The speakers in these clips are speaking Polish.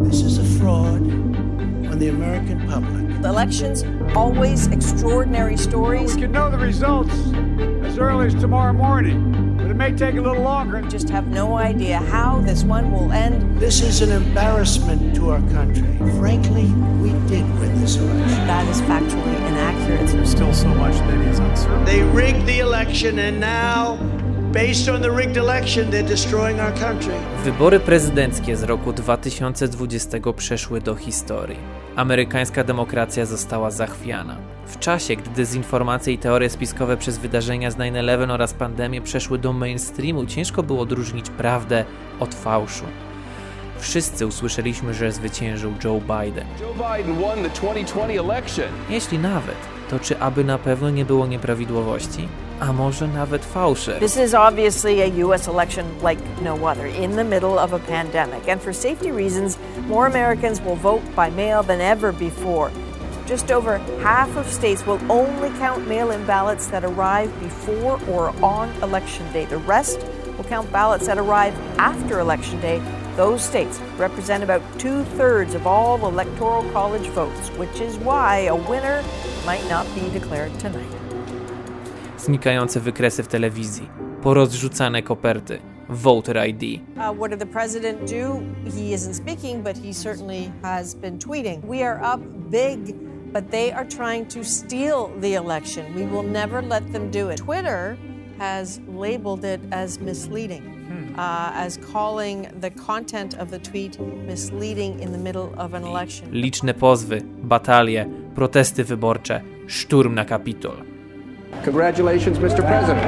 This is a fraud on the American public. The elections, always extraordinary stories. We can know the results as early as tomorrow morning, but it may take a little longer. We just have no idea how this one will end. This is an embarrassment to our country. Frankly, we did win this election. That is factually inaccurate. There's still so much that is uncertain. They rigged the election and now, based on the rigged election, they're destroying our country. Wybory prezydenckie z roku 2020 przeszły do historii. Amerykańska demokracja została zachwiana. W czasie, gdy dezinformacje i teorie spiskowe przez wydarzenia z 9/11 oraz pandemię przeszły do mainstreamu, ciężko było odróżnić prawdę od fałszu. Wszyscy usłyszeliśmy, że zwyciężył Joe Biden. Joe Biden won the 2020 election. Jeśli nawet, to czy aby na pewno nie było nieprawidłowości? A może nawet fałszy? This is obviously a U.S. election like no other, in the middle of a pandemic. And for safety reasons, more Americans will vote by mail than ever before. Just over half of states will only count mail-in ballots that arrive before or on Election Day. The rest will count ballots that arrive after Election Day. Those states represent about 2/3 of all Electoral College votes, which is why a winner might not be declared tonight. Znikające wykresy w telewizji, porozrzucane koperty, voter ID. What did the president do? He isn't speaking, but he certainly has been tweeting. We are up big, but they are trying to steal the election. We will never let them do it. Twitter has labeled it as misleading, as calling the content of the tweet misleading in the middle of an election. Liczne pozwy, batalie, protesty wyborcze, szturm na Kapitol. Congratulations, Mr. President.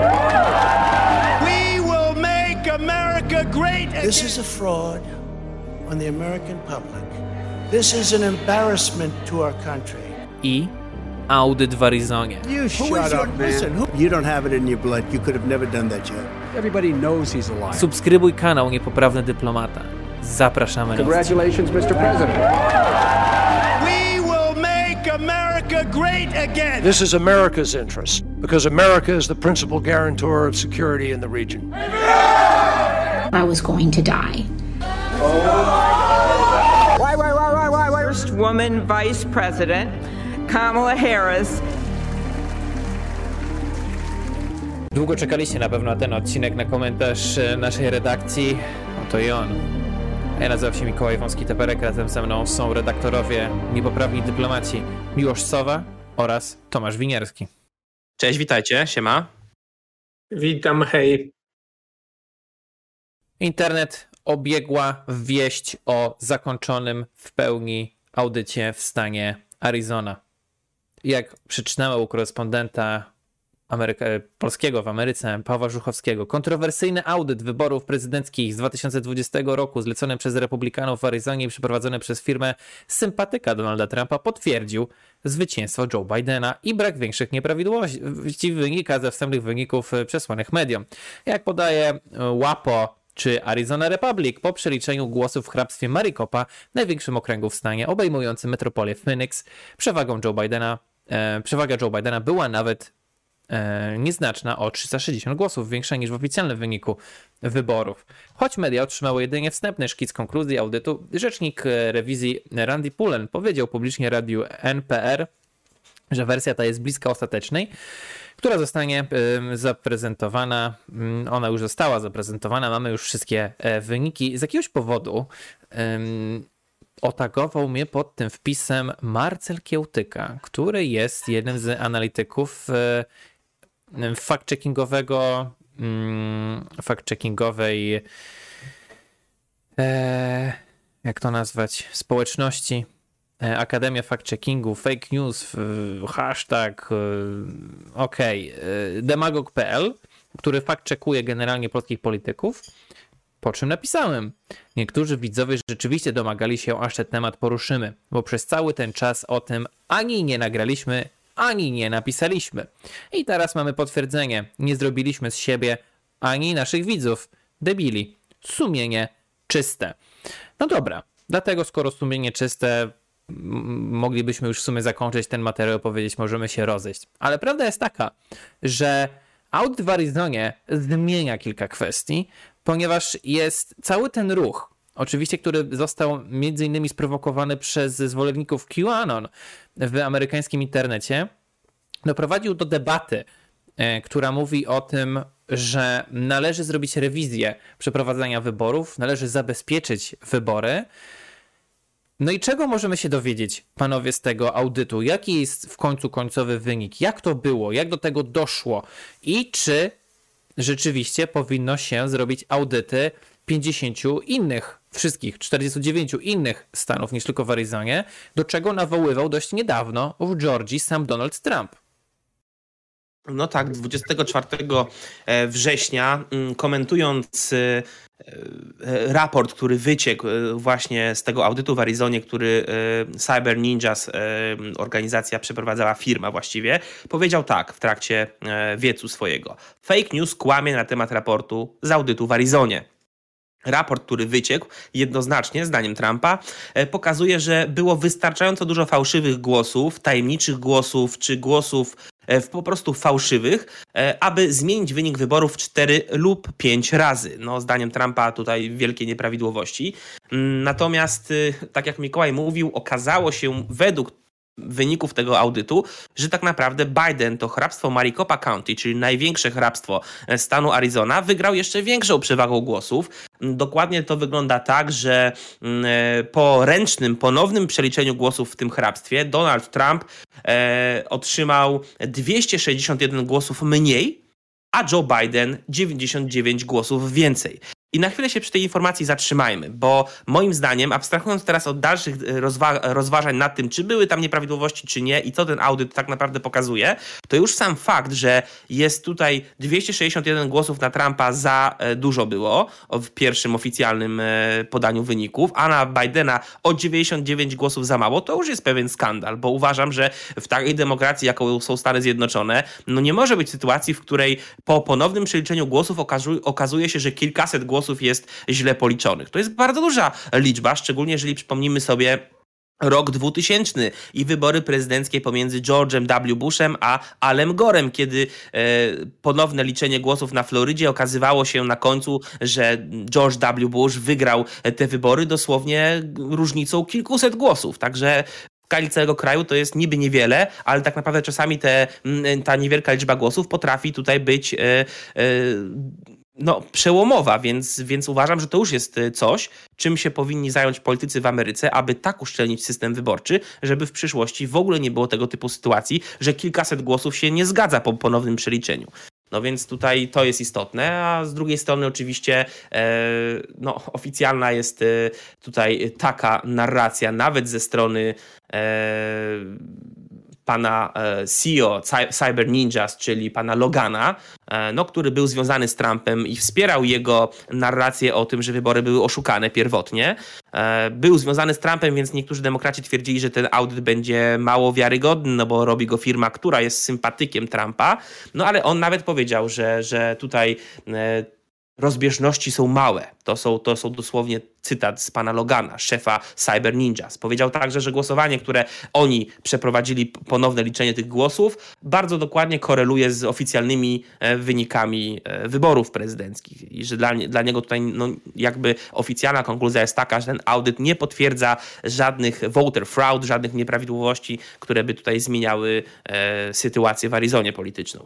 We will make America great again. This is a fraud on the American public. This is an embarrassment to our country. I audyt w Arizonie. You shut up, man. Listen, you don't have it in your blood. You could have never done that yet. Everybody knows he's a liar. Subskrybuj kanał Niepoprawny Dyplomata. Zapraszamy na odcinek. Congratulations, Mr. President. We will make America great again. This is America's interest, because America is the principal guarantor of security in the region. I was going to die. Why? First woman vice president, Kamala Harris. Długo czekaliście na pewno na ten odcinek, na komentarz naszej redakcji. Oto i on. Ja nazywam się Mikołaj Wąski-Teperek, razem ze mną są redaktorowie Niepoprawni Dyplomaci Miłosz Sowa oraz Tomasz Winierski. Cześć, witajcie, siema. Witam, hej. Internet obiegła wieść o zakończonym w pełni audycie w stanie Arizona. Jak przeczytałem u korespondenta polskiego w Ameryce, Pawła Żuchowskiego, kontrowersyjny audyt wyborów prezydenckich z 2020 roku zlecony przez republikanów w Arizonie i przeprowadzony przez firmę sympatyka Donalda Trumpa potwierdził zwycięstwo Joe Bidena i brak większych nieprawidłowości wynika ze wstępnych wyników przesłanych mediom. Jak podaje WAPO czy Arizona Republic, po przeliczeniu głosów w hrabstwie Maricopa, największym okręgu w stanie obejmującym metropolię Phoenix, przewaga Joe Bidena była nawet nieznaczna o 360 głosów, większa niż w oficjalnym wyniku wyborów. Choć media otrzymały jedynie wstępny szkic konkluzji audytu, rzecznik rewizji Randy Pullen powiedział publicznie radiu NPR, że wersja ta jest bliska ostatecznej, która zostanie zaprezentowana. Ona już została zaprezentowana, mamy już wszystkie wyniki. Z jakiegoś powodu otagował mnie pod tym wpisem Marcel Kiełtyka, który jest jednym z analityków fact-checkingowej jak to nazwać, społeczności, Akademia Fact-Checkingu, Fake News, hashtag demagog.pl, który fact-checkuje generalnie polskich polityków, po czym napisałem: niektórzy widzowie rzeczywiście domagali się, aż ten temat poruszymy, bo przez cały ten czas o tym ani nie nagraliśmy, ani nie napisaliśmy. I teraz mamy potwierdzenie. Nie zrobiliśmy z siebie ani naszych widzów debili. Sumienie czyste. No dobra, dlatego skoro sumienie czyste, moglibyśmy już w sumie zakończyć ten materiał, powiedzieć, możemy się rozejść. Ale prawda jest taka, że audyt w Arizonie zmienia kilka kwestii, ponieważ jest cały ten ruch oczywiście, który został między innymi sprowokowany przez zwolenników QAnon w amerykańskim internecie, doprowadził do debaty, która mówi o tym, że należy zrobić rewizję przeprowadzania wyborów, należy zabezpieczyć wybory. No i czego możemy się dowiedzieć, panowie, z tego audytu? Jaki jest w końcu końcowy wynik? Jak to było? Jak do tego doszło? I czy rzeczywiście powinno się zrobić audyty 50 innych, wszystkich 49 innych stanów niż tylko w Arizonie, do czego nawoływał dość niedawno w Georgii sam Donald Trump? No tak, 24 września, komentując raport, który wyciekł właśnie z tego audytu w Arizonie, który Cyber Ninjas, organizacja przeprowadzała, firma właściwie, powiedział tak w trakcie wiecu swojego. Fake news kłamie na temat raportu z audytu w Arizonie. Raport, który wyciekł jednoznacznie, zdaniem Trumpa, pokazuje, że było wystarczająco dużo fałszywych głosów, tajemniczych głosów czy głosów po prostu fałszywych, aby zmienić wynik wyborów 4 lub 5 razy. No, zdaniem Trumpa tutaj wielkie nieprawidłowości. Natomiast, tak jak Mikołaj mówił, okazało się według wyników tego audytu, że tak naprawdę Biden to hrabstwo Maricopa County, czyli największe hrabstwo stanu Arizona, wygrał jeszcze większą przewagą głosów. Dokładnie to wygląda tak, że po ręcznym, ponownym przeliczeniu głosów w tym hrabstwie Donald Trump otrzymał 261 głosów mniej, a Joe Biden 99 głosów więcej. I na chwilę się przy tej informacji zatrzymajmy, bo moim zdaniem, abstrahując teraz od dalszych rozważań nad tym, czy były tam nieprawidłowości, czy nie i co ten audyt tak naprawdę pokazuje, to już sam fakt, że jest tutaj 261 głosów na Trumpa za dużo było w pierwszym oficjalnym podaniu wyników, a na Bidena o 99 głosów za mało, to już jest pewien skandal, bo uważam, że w takiej demokracji, jaką są Stany Zjednoczone, no nie może być sytuacji, w której po ponownym przeliczeniu głosów okazuje się, że kilkaset głosów jest źle policzonych. To jest bardzo duża liczba, szczególnie jeżeli przypomnimy sobie rok 2000 i wybory prezydenckie pomiędzy George'em W. Bushem a Alem Gorem, kiedy ponowne liczenie głosów na Florydzie okazywało się na końcu, że George W. Bush wygrał te wybory dosłownie różnicą kilkuset głosów. Także w skali całego kraju to jest niby niewiele, ale tak naprawdę czasami ta niewielka liczba głosów potrafi tutaj być przełomowa, więc uważam, że to już jest coś, czym się powinni zająć politycy w Ameryce, aby tak uszczelnić system wyborczy, żeby w przyszłości w ogóle nie było tego typu sytuacji, że kilkaset głosów się nie zgadza po ponownym przeliczeniu. No więc tutaj to jest istotne, a z drugiej strony oczywiście oficjalna jest tutaj taka narracja, nawet ze strony pana CEO Cyber Ninjas, czyli pana Logana, który był związany z Trumpem i wspierał jego narrację o tym, że wybory były oszukane pierwotnie. Był związany z Trumpem, więc niektórzy demokraci twierdzili, że ten audyt będzie mało wiarygodny, bo robi go firma, która jest sympatykiem Trumpa. No ale on nawet powiedział, że tutaj rozbieżności są małe. To są dosłownie cytat z pana Logana, szefa Cyber Ninjas. Powiedział także, że głosowanie, które oni przeprowadzili, ponowne liczenie tych głosów, bardzo dokładnie koreluje z oficjalnymi wynikami wyborów prezydenckich. I że dla niego tutaj jakby oficjalna konkluzja jest taka, że ten audyt nie potwierdza żadnych voter fraud, żadnych nieprawidłowości, które by tutaj zmieniały sytuację w Arizonie polityczną.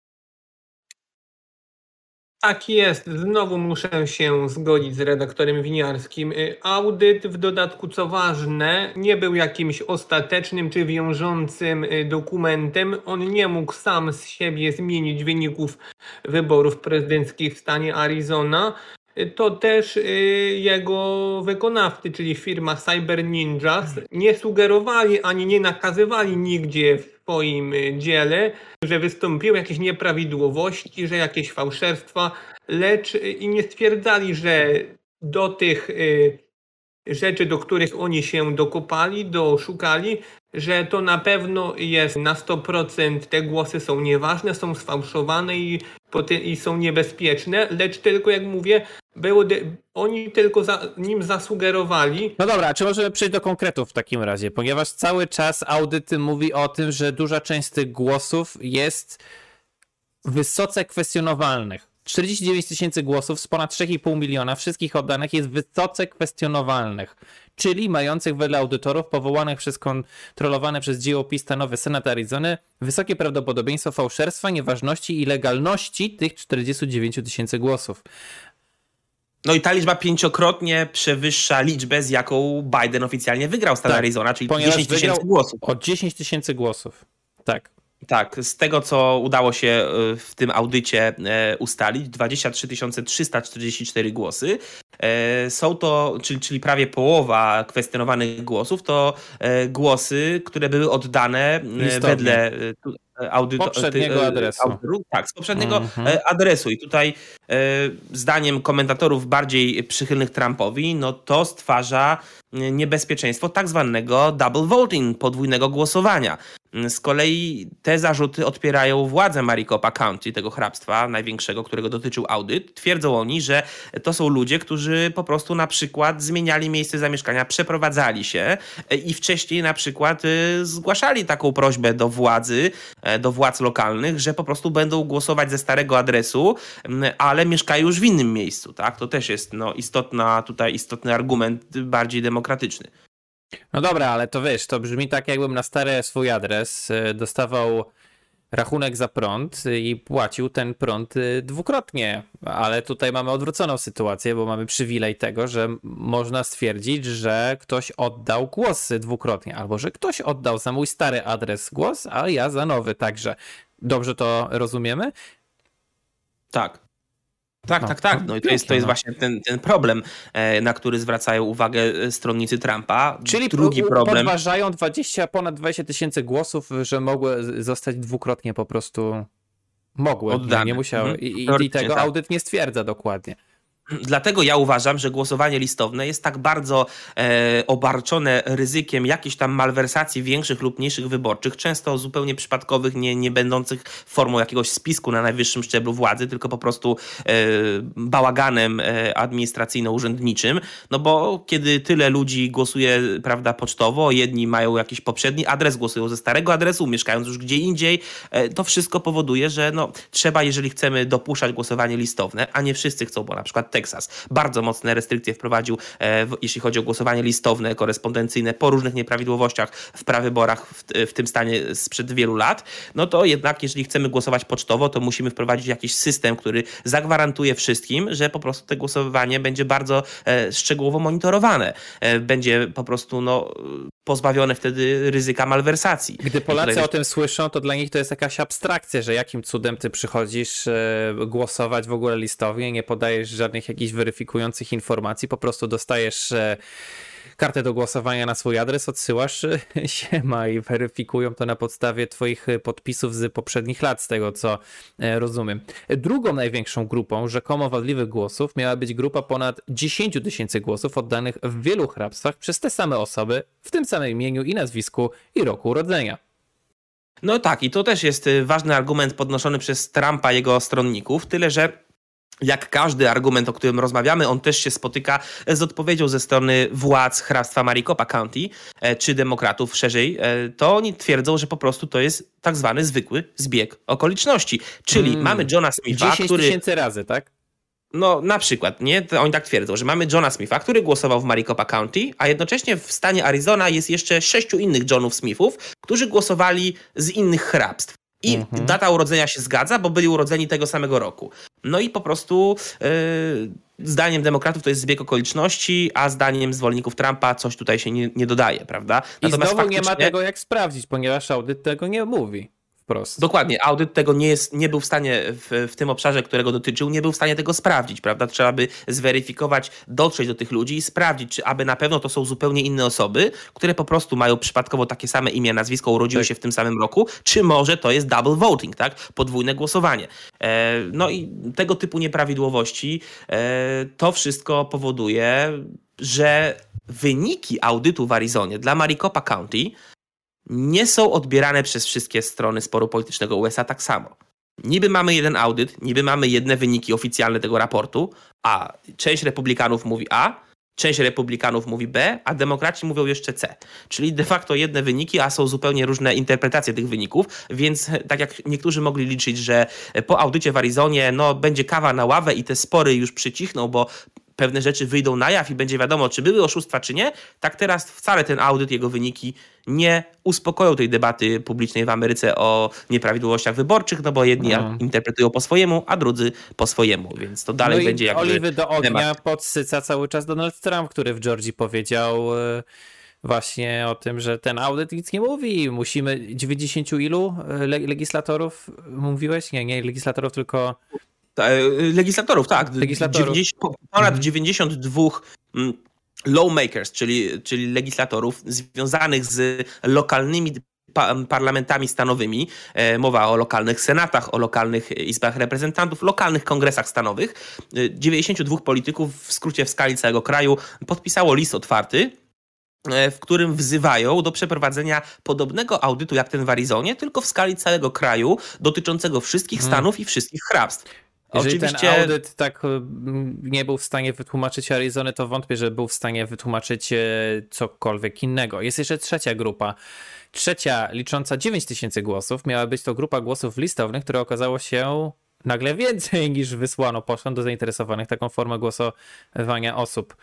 Tak jest, znowu muszę się zgodzić z redaktorem Winiarskim. Audyt w dodatku, co ważne, nie był jakimś ostatecznym czy wiążącym dokumentem. On nie mógł sam z siebie zmienić wyników wyborów prezydenckich w stanie Arizona. To też jego wykonawcy, czyli firma Cyber Ninjas, nie sugerowali ani nie nakazywali nigdzie w swoim dziele, że wystąpiły jakieś nieprawidłowości, że jakieś fałszerstwa, lecz i nie stwierdzali, że do tych rzeczy, do których oni się dokopali, doszukali, że to na pewno jest na 100%, te głosy są nieważne, są sfałszowane i są niebezpieczne, lecz tylko, jak mówię, oni tylko nim zasugerowali. No dobra, a czy możemy przejść do konkretów w takim razie? Ponieważ cały czas audyt mówi o tym, że duża część z tych głosów jest wysoce kwestionowalnych. 49 tysięcy głosów z ponad 3,5 miliona wszystkich oddanych jest wysoce kwestionowalnych, czyli mających wedle audytorów powołanych przez kontrolowane przez GOP stanowy Senat Arizony wysokie prawdopodobieństwo fałszerstwa, nieważności i legalności tych 49 tysięcy głosów. No i ta liczba 5-krotnie przewyższa liczbę, z jaką Biden oficjalnie wygrał stan Arizona, czyli 10 tysięcy głosów. O 10 tysięcy głosów, tak. Tak, z tego co udało się w tym audycie ustalić, 23 344 głosy. Są to, czyli prawie połowa kwestionowanych głosów, to głosy, które były oddane wedle poprzedniego adresu. Tak, z poprzedniego adresu. I tutaj zdaniem komentatorów bardziej przychylnych Trumpowi, no to stwarza niebezpieczeństwo tak zwanego double voting, podwójnego głosowania. Z kolei te zarzuty odpierają władze Maricopa County, tego hrabstwa największego, którego dotyczył audyt. Twierdzą oni, że to są ludzie, którzy po prostu na przykład zmieniali miejsce zamieszkania, przeprowadzali się i wcześniej na przykład zgłaszali taką prośbę do władz lokalnych, że po prostu będą głosować ze starego adresu, ale mieszkają już w innym miejscu. Tak? To też jest istotny argument bardziej demokratyczny. No dobra, ale to wiesz, to brzmi tak, jakbym na stary swój adres dostawał rachunek za prąd i płacił ten prąd dwukrotnie, ale tutaj mamy odwróconą sytuację, bo mamy przywilej tego, że można stwierdzić, że ktoś oddał głos dwukrotnie, albo że ktoś oddał za mój stary adres głos, a ja za nowy, także dobrze to rozumiemy? Tak. Tak. No i to jest właśnie ten problem, na który zwracają uwagę stronnicy Trumpa. Czyli drugi problem. Podważają ponad 20 tysięcy głosów, że mogły zostać dwukrotnie po prostu oddane. Nie musiały. I tego audyt nie stwierdza dokładnie. Dlatego ja uważam, że głosowanie listowne jest tak bardzo obarczone ryzykiem jakichś tam malwersacji większych lub mniejszych wyborczych, często zupełnie przypadkowych, nie będących formą jakiegoś spisku na najwyższym szczeblu władzy, tylko po prostu bałaganem administracyjno-urzędniczym. No bo kiedy tyle ludzi głosuje, prawda, pocztowo, jedni mają jakiś poprzedni adres, głosują ze starego adresu, mieszkając już gdzie indziej, to wszystko powoduje, że trzeba, jeżeli chcemy dopuszczać głosowanie listowne, a nie wszyscy chcą, bo na przykład Teksas bardzo mocne restrykcje wprowadził, jeśli chodzi o głosowanie listowne, korespondencyjne, po różnych nieprawidłowościach w prawyborach w tym stanie sprzed wielu lat, no to jednak jeżeli chcemy głosować pocztowo, to musimy wprowadzić jakiś system, który zagwarantuje wszystkim, że po prostu to głosowanie będzie bardzo szczegółowo monitorowane. Będzie po prostu pozbawione wtedy ryzyka malwersacji. Gdy Polacy o tym słyszą, to dla nich to jest jakaś abstrakcja, że jakim cudem ty przychodzisz głosować w ogóle listownie, nie podajesz żadnych jakichś weryfikujących informacji, po prostu dostajesz kartę do głosowania na swój adres, odsyłasz siema i weryfikują to na podstawie twoich podpisów z poprzednich lat, z tego co rozumiem. Drugą największą grupą rzekomo wadliwych głosów miała być grupa ponad 10 tysięcy głosów oddanych w wielu hrabstwach przez te same osoby, w tym samym imieniu i nazwisku i roku urodzenia. No tak, i to też jest ważny argument podnoszony przez Trumpa i jego stronników, tyle że jak każdy argument, o którym rozmawiamy, on też się spotyka z odpowiedzią ze strony władz hrabstwa Maricopa County, czy demokratów szerzej, to oni twierdzą, że po prostu to jest tak zwany zwykły zbieg okoliczności. Czyli mamy Johna Smitha, 10 tysięcy razy, tak? No na przykład, nie? To oni tak twierdzą, że mamy Johna Smitha, który głosował w Maricopa County, a jednocześnie w stanie Arizona jest jeszcze 6 innych Johnów Smithów, którzy głosowali z innych hrabstw. I data urodzenia się zgadza, bo byli urodzeni tego samego roku. No i po prostu zdaniem demokratów to jest zbieg okoliczności, a zdaniem zwolenników Trumpa coś tutaj się nie dodaje, prawda? Natomiast znowu nie ma tego jak sprawdzić, ponieważ audyt tego nie mówi. Wprost. Dokładnie, audyt tego nie był w stanie w tym obszarze, którego dotyczył, nie był w stanie tego sprawdzić, prawda? Trzeba by zweryfikować, dotrzeć do tych ludzi i sprawdzić, czy aby na pewno to są zupełnie inne osoby, które po prostu mają przypadkowo takie same imię, nazwisko, urodziły się w tym samym roku, czy może to jest double voting, tak? Podwójne głosowanie. No i tego typu nieprawidłowości, to wszystko powoduje, że wyniki audytu w Arizonie dla Maricopa County nie są odbierane przez wszystkie strony sporu politycznego USA tak samo. Niby mamy jeden audyt, niby mamy jedne wyniki oficjalne tego raportu, a część republikanów mówi A, część republikanów mówi B, a demokraci mówią jeszcze C. Czyli de facto jedne wyniki, a są zupełnie różne interpretacje tych wyników, więc tak jak niektórzy mogli liczyć, że po audycie w Arizonie będzie kawa na ławę i te spory już przycichną, bo pewne rzeczy wyjdą na jaw i będzie wiadomo, czy były oszustwa, czy nie, tak teraz wcale ten audyt, jego wyniki nie uspokoją tej debaty publicznej w Ameryce o nieprawidłowościach wyborczych, bo jedni interpretują po swojemu, a drudzy po swojemu, więc to dalej będzie jakby oliwy do ognia temat. podsyca cały czas Donald Trump, który w Georgii powiedział właśnie o tym, że ten audyt nic nie mówi. Musimy 90 ilu legislatorów mówiłeś? Nie legislatorów, tylko... Legislatorów, tak. Legislatorów. Ponad 92 lawmakers, czyli legislatorów związanych z lokalnymi parlamentami stanowymi. Mowa o lokalnych senatach, o lokalnych izbach reprezentantów, lokalnych kongresach stanowych. 92 polityków, w skrócie w skali całego kraju, podpisało list otwarty, w którym wzywają do przeprowadzenia podobnego audytu jak ten w Arizonie, tylko w skali całego kraju, dotyczącego wszystkich stanów i wszystkich hrabstw. Jeżeli ten audyt tak nie był w stanie wytłumaczyć Arizony, to wątpię, że był w stanie wytłumaczyć cokolwiek innego. Jest jeszcze trzecia grupa. Trzecia, licząca 9000 głosów, miała być to grupa głosów listownych, które okazało się nagle więcej niż wysłano pocztą do zainteresowanych taką formą głosowania osób.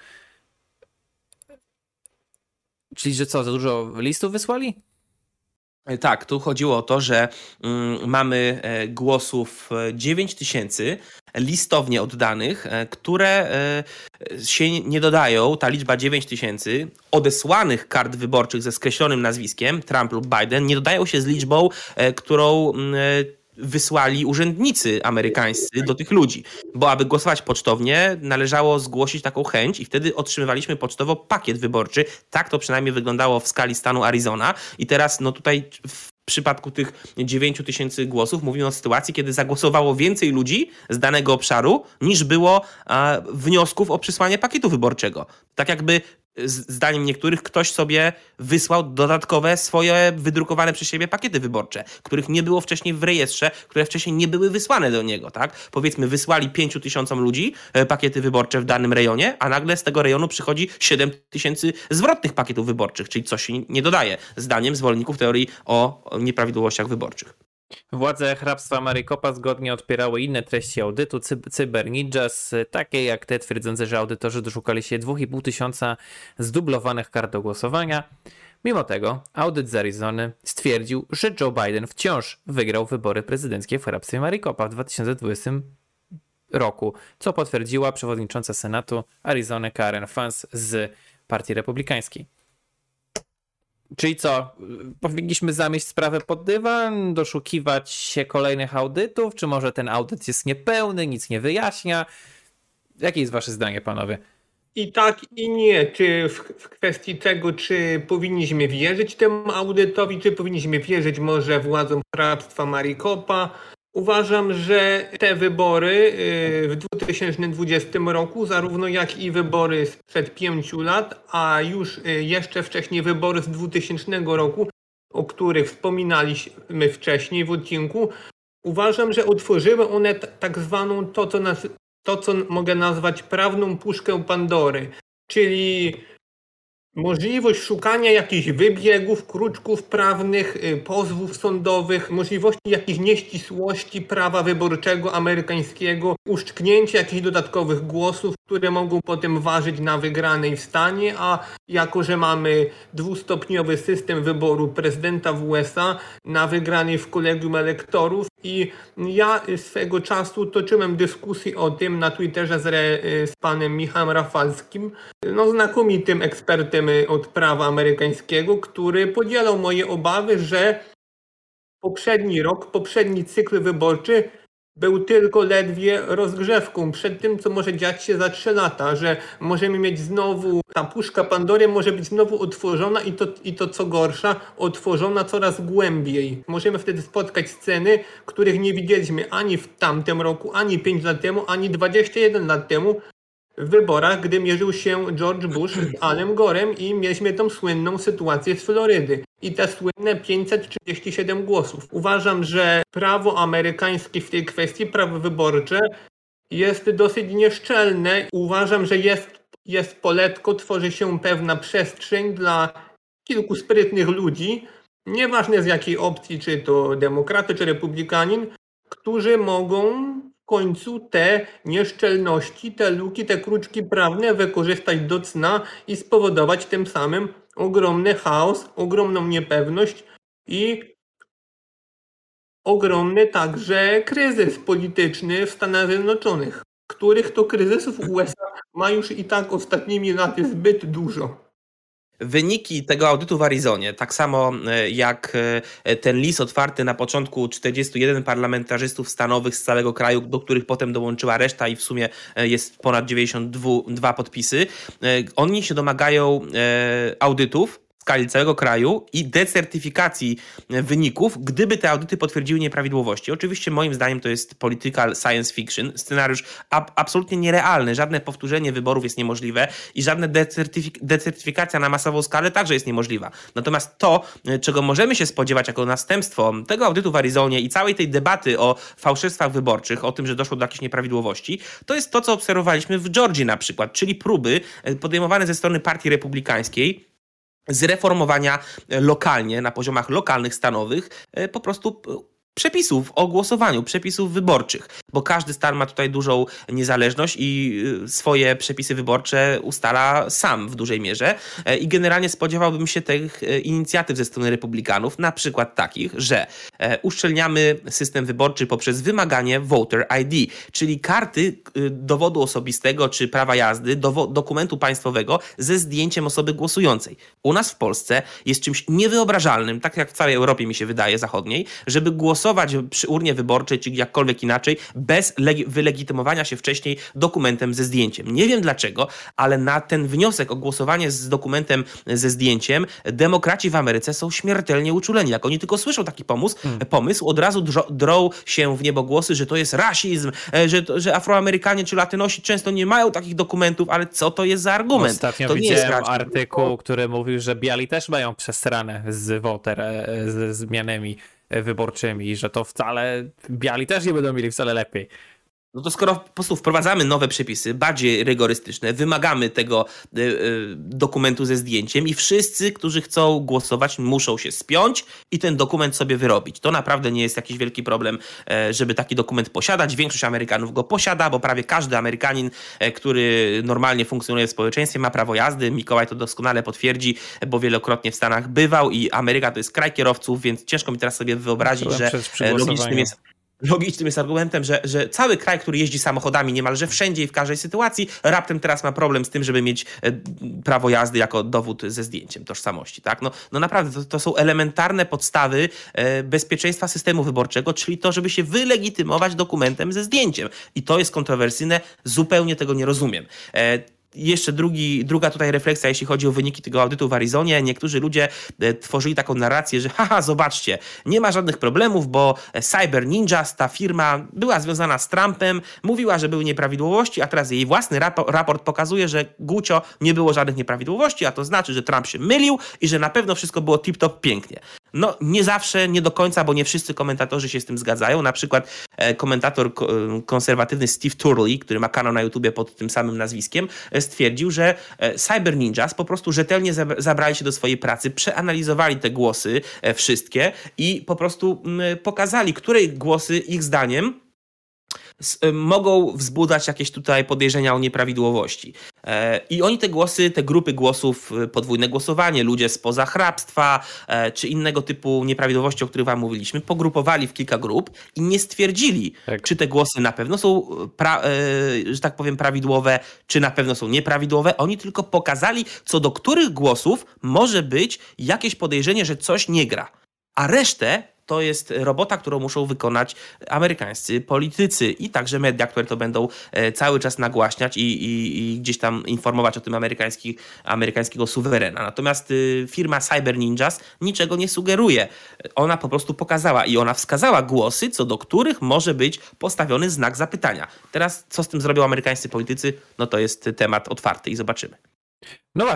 Czyli, że co, za dużo listów wysłali? Tak, tu chodziło o to, że mamy głosów 9000 listownie oddanych, które się nie dodają, ta liczba 9000 odesłanych kart wyborczych ze skreślonym nazwiskiem, Trump lub Biden, nie dodają się z liczbą, którą wysłali urzędnicy amerykańscy do tych ludzi. Bo aby głosować pocztownie, należało zgłosić taką chęć i wtedy otrzymywaliśmy pocztowo pakiet wyborczy. Tak to przynajmniej wyglądało w skali stanu Arizona. I teraz tutaj w przypadku tych 9000 głosów mówimy o sytuacji, kiedy zagłosowało więcej ludzi z danego obszaru niż było wniosków o przysłanie pakietu wyborczego. Tak jakby zdaniem niektórych ktoś sobie wysłał dodatkowe swoje wydrukowane przez siebie pakiety wyborcze, których nie było wcześniej w rejestrze, które wcześniej nie były wysłane do niego, tak? Powiedzmy, wysłali 5000 ludzi pakiety wyborcze w danym rejonie, a nagle z tego rejonu przychodzi 7000 zwrotnych pakietów wyborczych, czyli coś się nie dodaje, zdaniem zwolenników teorii o nieprawidłowościach wyborczych. Władze hrabstwa Maricopa zgodnie odpierały inne treści audytu cyberninjas, takie jak te twierdzące, że audytorzy doszukali się 2500 zdublowanych kart do głosowania. Mimo tego audyt z Arizony stwierdził, że Joe Biden wciąż wygrał wybory prezydenckie w hrabstwie Maricopa w 2020 roku, co potwierdziła przewodnicząca Senatu Arizony Karen Funs z Partii Republikańskiej. Czyli co, powinniśmy zamieść sprawę pod dywan, doszukiwać się kolejnych audytów, czy może ten audyt jest niepełny, nic nie wyjaśnia? Jakie jest wasze zdanie, panowie? I tak, i nie. Czy w kwestii tego, czy powinniśmy wierzyć temu audytowi, czy powinniśmy wierzyć może władzom hrabstwa Maricopa? Uważam, że te wybory w 2020 roku, zarówno jak i wybory sprzed 5 lat, a już jeszcze wcześniej wybory z 2000 roku, o których wspominaliśmy wcześniej w odcinku, uważam, że otworzyły one tak zwaną to, co mogę nazwać prawną puszkę Pandory, czyli możliwość szukania jakichś wybiegów, kruczków prawnych, pozwów sądowych, możliwości jakichś nieścisłości prawa wyborczego amerykańskiego, uszczknięcia jakichś dodatkowych głosów, które mogą potem ważyć na wygranej w stanie, a jako że mamy dwustopniowy system wyboru prezydenta w USA na wygranej w kolegium elektorów i ja swego czasu toczyłem dyskusję o tym na Twitterze z panem Michałem Rafalskim, znakomitym ekspertem od prawa amerykańskiego, który podzielał moje obawy, że poprzedni cykl wyborczy był tylko ledwie rozgrzewką przed tym, co może dziać się za 3 lata, że możemy mieć znowu, ta puszka Pandory może być znowu otworzona i to co gorsza, otworzona coraz głębiej. Możemy wtedy spotkać sceny, których nie widzieliśmy ani w tamtym roku, ani 5 lat temu, ani 21 lat temu, w wyborach, gdy mierzył się George Bush z Alem Gorem i mieliśmy tą słynną sytuację z Florydy i te słynne 537 głosów. Uważam, że prawo amerykańskie w tej kwestii, prawo wyborcze, jest dosyć nieszczelne. Uważam, że jest poletko, tworzy się pewna przestrzeń dla kilku sprytnych ludzi, nieważne z jakiej opcji, czy to demokraty, czy republikanin, którzy mogą w końcu te nieszczelności, te luki, te kruczki prawne wykorzystać do cna i spowodować tym samym ogromny chaos, ogromną niepewność i ogromny także kryzys polityczny w Stanach Zjednoczonych, których to kryzysów USA ma już i tak ostatnimi laty zbyt dużo. Wyniki tego audytu w Arizonie, tak samo jak ten list otwarty na początku 41 parlamentarzystów stanowych z całego kraju, do których potem dołączyła reszta i w sumie jest ponad 92 podpisy, oni się domagają audytów w skali całego kraju i decertyfikacji wyników, gdyby te audyty potwierdziły nieprawidłowości. Oczywiście moim zdaniem to jest political science fiction, scenariusz absolutnie nierealny, żadne powtórzenie wyborów jest niemożliwe i żadna decertyfikacja na masową skalę także jest niemożliwa. Natomiast to, czego możemy się spodziewać jako następstwo tego audytu w Arizonie i całej tej debaty o fałszerstwach wyborczych, o tym, że doszło do jakichś nieprawidłowości, to jest to, co obserwowaliśmy w Georgii na przykład, czyli próby podejmowane ze strony Partii Republikańskiej zreformowania lokalnie, na poziomach lokalnych, stanowych, po prostu przepisów o głosowaniu, przepisów wyborczych, bo każdy stan ma tutaj dużą niezależność i swoje przepisy wyborcze ustala sam w dużej mierze i generalnie spodziewałbym się tych inicjatyw ze strony republikanów, na przykład takich, że uszczelniamy system wyborczy poprzez wymaganie voter ID, czyli karty dowodu osobistego czy prawa jazdy, dokumentu państwowego ze zdjęciem osoby głosującej. U nas w Polsce jest czymś niewyobrażalnym, tak jak w całej Europie mi się wydaje zachodniej, żeby głosować przy urnie wyborczej, czy jakkolwiek inaczej, bez wylegitymowania się wcześniej dokumentem ze zdjęciem. Nie wiem dlaczego, ale na ten wniosek o głosowanie z dokumentem ze zdjęciem demokraci w Ameryce są śmiertelnie uczuleni. Jak oni tylko słyszą taki pomysł, od razu drą się w niebogłosy, że to jest rasizm, że Afroamerykanie czy Latynosi często nie mają takich dokumentów, ale co to jest za argument? Ostatnio to widziałem artykuł, który mówił, że biali też mają przesrane z ze zmianami wyborczymi, że to wcale biali też nie będą mieli wcale lepiej. No to skoro po prostu wprowadzamy nowe przepisy, bardziej rygorystyczne, wymagamy tego dokumentu ze zdjęciem i wszyscy, którzy chcą głosować, muszą się spiąć i ten dokument sobie wyrobić. To naprawdę nie jest jakiś wielki problem, żeby taki dokument posiadać. Większość Amerykanów go posiada, bo prawie każdy Amerykanin, który normalnie funkcjonuje w społeczeństwie, ma prawo jazdy. Mikołaj to doskonale potwierdzi, bo wielokrotnie w Stanach bywał i Ameryka to jest kraj kierowców, więc ciężko mi teraz sobie wyobrazić, że logicznym jest argumentem, że cały kraj, który jeździ samochodami niemalże wszędzie i w każdej sytuacji, raptem teraz ma problem z tym, żeby mieć prawo jazdy jako dowód ze zdjęciem tożsamości. Tak? No naprawdę, to są elementarne podstawy bezpieczeństwa systemu wyborczego, czyli to, żeby się wylegitymować dokumentem ze zdjęciem. I to jest kontrowersyjne, zupełnie tego nie rozumiem. Jeszcze druga tutaj refleksja, jeśli chodzi o wyniki tego audytu w Arizonie. Niektórzy ludzie tworzyli taką narrację, że zobaczcie, nie ma żadnych problemów, bo Cyber Ninjas, ta firma była związana z Trumpem, mówiła, że były nieprawidłowości, a teraz jej własny raport pokazuje, że gucio, nie było żadnych nieprawidłowości, a to znaczy, że Trump się mylił i że na pewno wszystko było tip-top pięknie. No nie zawsze, nie do końca, bo nie wszyscy komentatorzy się z tym zgadzają. Na przykład komentator konserwatywny Steve Turley, który ma kanał na YouTubie pod tym samym nazwiskiem, stwierdził, że Cyber Ninjas po prostu rzetelnie zabrali się do swojej pracy, przeanalizowali te głosy wszystkie i po prostu pokazali, które głosy ich zdaniem mogą wzbudzać jakieś tutaj podejrzenia o nieprawidłowości. I oni te grupy głosów, podwójne głosowanie, ludzie spoza hrabstwa, czy innego typu nieprawidłowości, o których wam mówiliśmy, pogrupowali w kilka grup i nie stwierdzili, czy te głosy na pewno są, że tak powiem, prawidłowe, czy na pewno są nieprawidłowe. Oni tylko pokazali, co do których głosów może być jakieś podejrzenie, że coś nie gra. A resztę to jest robota, którą muszą wykonać amerykańscy politycy i także media, które to będą cały czas nagłaśniać i gdzieś tam informować o tym amerykańskiego suwerena. Natomiast firma Cyber Ninjas niczego nie sugeruje. Ona po prostu pokazała i ona wskazała głosy, co do których może być postawiony znak zapytania. Teraz co z tym zrobią amerykańscy politycy? No to jest temat otwarty i zobaczymy. No właśnie.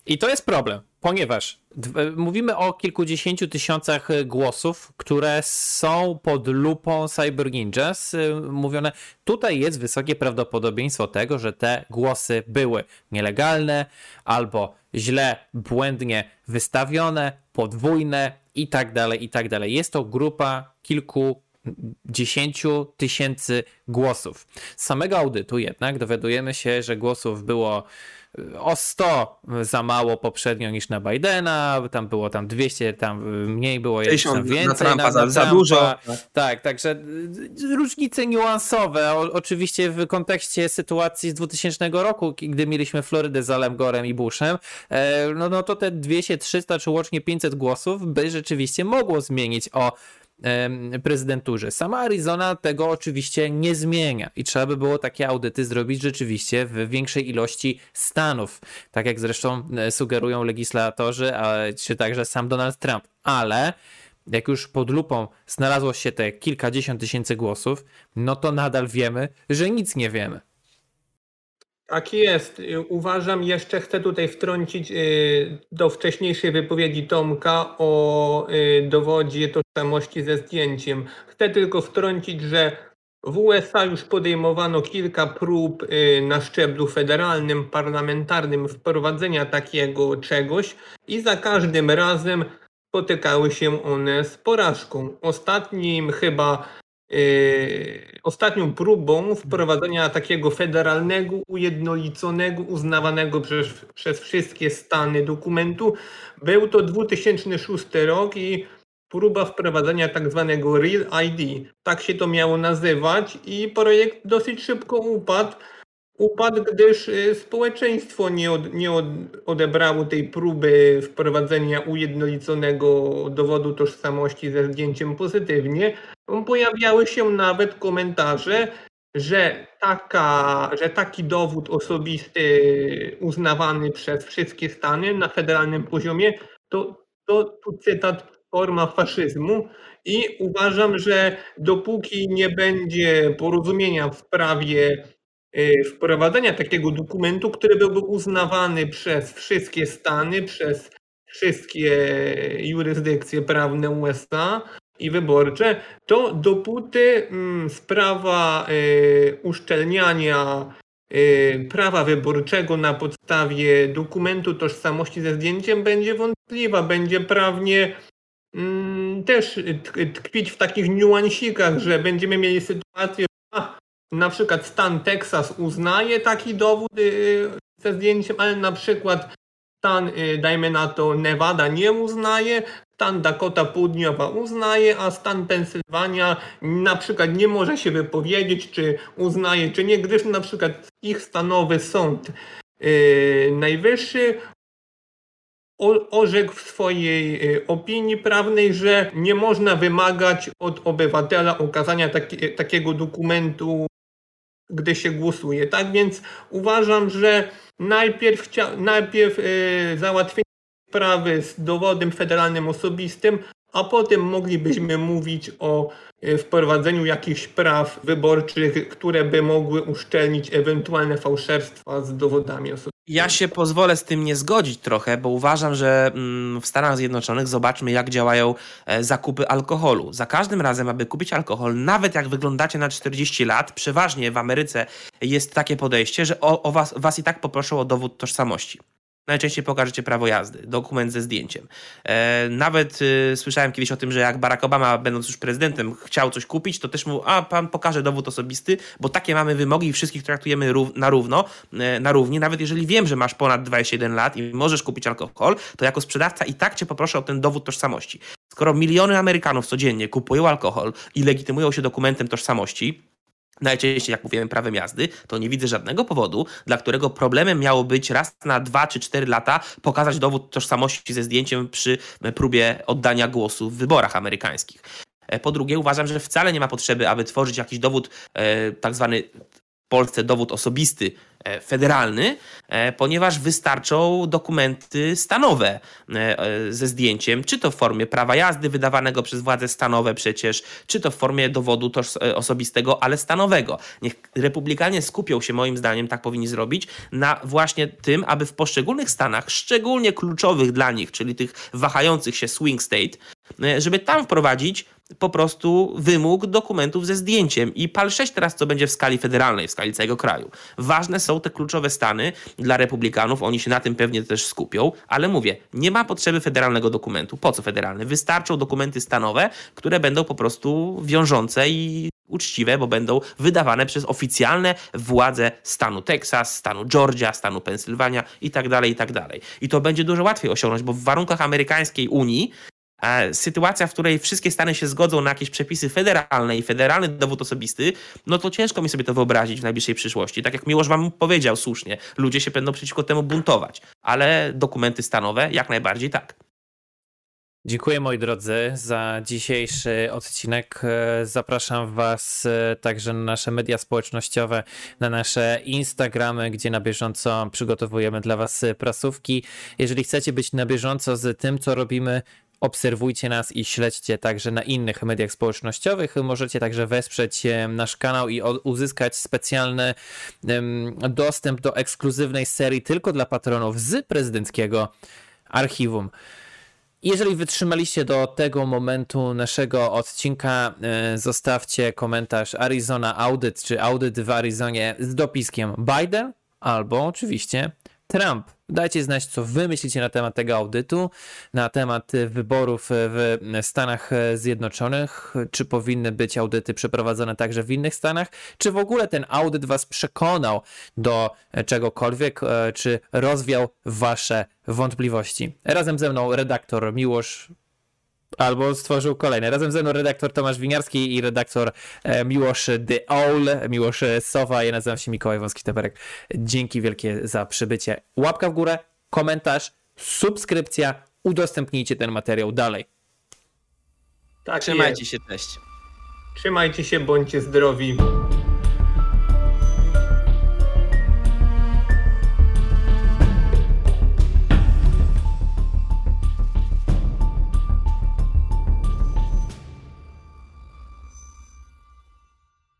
I to jest problem, ponieważ mówimy o kilkudziesięciu tysiącach głosów, które są pod lupą Cyber Ninjas. Mówione, tutaj jest wysokie prawdopodobieństwo tego, że te głosy były nielegalne albo źle, błędnie wystawione, podwójne i tak dalej, i tak dalej. Jest to grupa kilkudziesięciu tysięcy głosów. Z samego audytu jednak dowiadujemy się, że głosów było o 100 za mało poprzednio niż na Bidena, tam było 200, tam mniej było jeszcze więcej. Na Trumpa za dużo. Tak, także różnice niuansowe. Oczywiście w kontekście sytuacji z 2000 roku, gdy mieliśmy Florydę z Alem Gorem i Bushem, no to te 200, 300 czy łącznie 500 głosów by rzeczywiście mogło zmienić o prezydenturze. Sama Arizona tego oczywiście nie zmienia i trzeba by było takie audyty zrobić rzeczywiście w większej ilości stanów, tak jak zresztą sugerują legislatorzy, czy także sam Donald Trump. Ale jak już pod lupą znalazło się te kilkadziesiąt tysięcy głosów, no to nadal wiemy, że nic nie wiemy. Tak jest. Uważam, jeszcze chcę tutaj wtrącić do wcześniejszej wypowiedzi Tomka o dowodzie tożsamości ze zdjęciem. Chcę tylko wtrącić, że w USA już podejmowano kilka prób na szczeblu federalnym, parlamentarnym wprowadzenia takiego czegoś i za każdym razem spotykały się one z porażką. Ostatnią próbą wprowadzenia takiego federalnego, ujednoliconego, uznawanego przez wszystkie stany dokumentu był to 2006 rok i próba wprowadzenia tak zwanego Real ID. Tak się to miało nazywać i projekt dosyć szybko upadł, gdyż społeczeństwo nie odebrało tej próby wprowadzenia ujednoliconego dowodu tożsamości ze zdjęciem pozytywnie. Pojawiały się nawet komentarze, że taki dowód osobisty uznawany przez wszystkie stany na federalnym poziomie to cytat, forma faszyzmu i uważam, że dopóki nie będzie porozumienia w sprawie wprowadzenia takiego dokumentu, który byłby uznawany przez wszystkie stany, przez wszystkie jurysdykcje prawne USA i wyborcze, to dopóty sprawa uszczelniania prawa wyborczego na podstawie dokumentu tożsamości ze zdjęciem będzie wątpliwa, będzie prawnie też tkwić w takich niuansikach, że będziemy mieli sytuację, na przykład stan Teksas uznaje taki dowód ze zdjęciem, ale na przykład stan, dajmy na to, Nevada nie uznaje, stan Dakota Południowa uznaje, a stan Pensylwania na przykład nie może się wypowiedzieć, czy uznaje, czy nie, gdyż na przykład ich stanowy sąd najwyższy orzekł w swojej opinii prawnej, że nie można wymagać od obywatela okazania takiego dokumentu, gdy się głosuje. Tak więc uważam, że najpierw załatwienie sprawy z dowodem federalnym osobistym, a potem moglibyśmy mówić o wprowadzeniu jakichś praw wyborczych, które by mogły uszczelnić ewentualne fałszerstwa z dowodami osobistymi. Ja się pozwolę z tym nie zgodzić trochę, bo uważam, że w Stanach Zjednoczonych zobaczmy, jak działają zakupy alkoholu. Za każdym razem, aby kupić alkohol, nawet jak wyglądacie na 40 lat, przeważnie w Ameryce jest takie podejście, że was i tak poproszą o dowód tożsamości. Najczęściej pokażecie prawo jazdy, dokument ze zdjęciem. Nawet słyszałem kiedyś o tym, że jak Barack Obama, będąc już prezydentem, chciał coś kupić, to też mówił, pan pokaże dowód osobisty, bo takie mamy wymogi i wszystkich traktujemy na równi. Nawet jeżeli wiem, że masz ponad 21 lat i możesz kupić alkohol, to jako sprzedawca i tak cię poproszę o ten dowód tożsamości. Skoro miliony Amerykanów codziennie kupują alkohol i legitymują się dokumentem tożsamości, najczęściej, jak mówiłem, prawem jazdy, to nie widzę żadnego powodu, dla którego problemem miało być raz na 2 czy 4 lata pokazać dowód tożsamości ze zdjęciem przy próbie oddania głosu w wyborach amerykańskich. Po drugie, uważam, że wcale nie ma potrzeby, aby tworzyć jakiś dowód, tak zwany w Polsce dowód osobisty federalny, ponieważ wystarczą dokumenty stanowe ze zdjęciem, czy to w formie prawa jazdy wydawanego przez władze stanowe przecież, czy to w formie dowodu osobistego, ale stanowego. Niech republikanie skupią się, moim zdaniem, tak powinni zrobić, na właśnie tym, aby w poszczególnych stanach, szczególnie kluczowych dla nich, czyli tych wahających się swing state, żeby tam wprowadzić po prostu wymóg dokumentów ze zdjęciem. I PAL 6 teraz co będzie w skali federalnej, w skali całego kraju. Ważne są te kluczowe stany dla republikanów, oni się na tym pewnie też skupią, ale mówię, nie ma potrzeby federalnego dokumentu. Po co federalny? Wystarczą dokumenty stanowe, które będą po prostu wiążące i uczciwe, bo będą wydawane przez oficjalne władze stanu Teksas, stanu Georgia, stanu Pensylwania i tak dalej, i tak dalej. I to będzie dużo łatwiej osiągnąć, bo w warunkach amerykańskiej Unii sytuacja, w której wszystkie stany się zgodzą na jakieś przepisy federalne i federalny dowód osobisty, no to ciężko mi sobie to wyobrazić w najbliższej przyszłości. Tak jak Miłosz wam powiedział słusznie, ludzie się będą przeciwko temu buntować, ale dokumenty stanowe jak najbardziej tak. Dziękuję moi drodzy za dzisiejszy odcinek. Zapraszam was także na nasze media społecznościowe, na nasze Instagramy, gdzie na bieżąco przygotowujemy dla was prasówki. Jeżeli chcecie być na bieżąco z tym, co robimy, obserwujcie nas i śledźcie także na innych mediach społecznościowych. Możecie także wesprzeć nasz kanał i uzyskać specjalny dostęp do ekskluzywnej serii tylko dla patronów z prezydenckiego archiwum. Jeżeli wytrzymaliście do tego momentu naszego odcinka, zostawcie komentarz Arizona Audyt, czy audyt w Arizonie z dopiskiem Biden albo oczywiście Trump. Dajcie znać, co wy myślicie na temat tego audytu, na temat wyborów w Stanach Zjednoczonych, czy powinny być audyty przeprowadzone także w innych stanach, czy w ogóle ten audyt was przekonał do czegokolwiek, czy rozwiał wasze wątpliwości. Razem ze mną redaktor Miłosz, albo stworzył kolejne. Razem ze mną redaktor Tomasz Winiarski i redaktor Miłosz The Owl, Miłosz Sowa. Ja nazywam się Mikołaj Wąski-Teperek. Dzięki wielkie za przybycie. Łapka w górę, komentarz, subskrypcja. Udostępnijcie ten materiał dalej. Tak, trzymajcie się, cześć. Trzymajcie się, bądźcie zdrowi.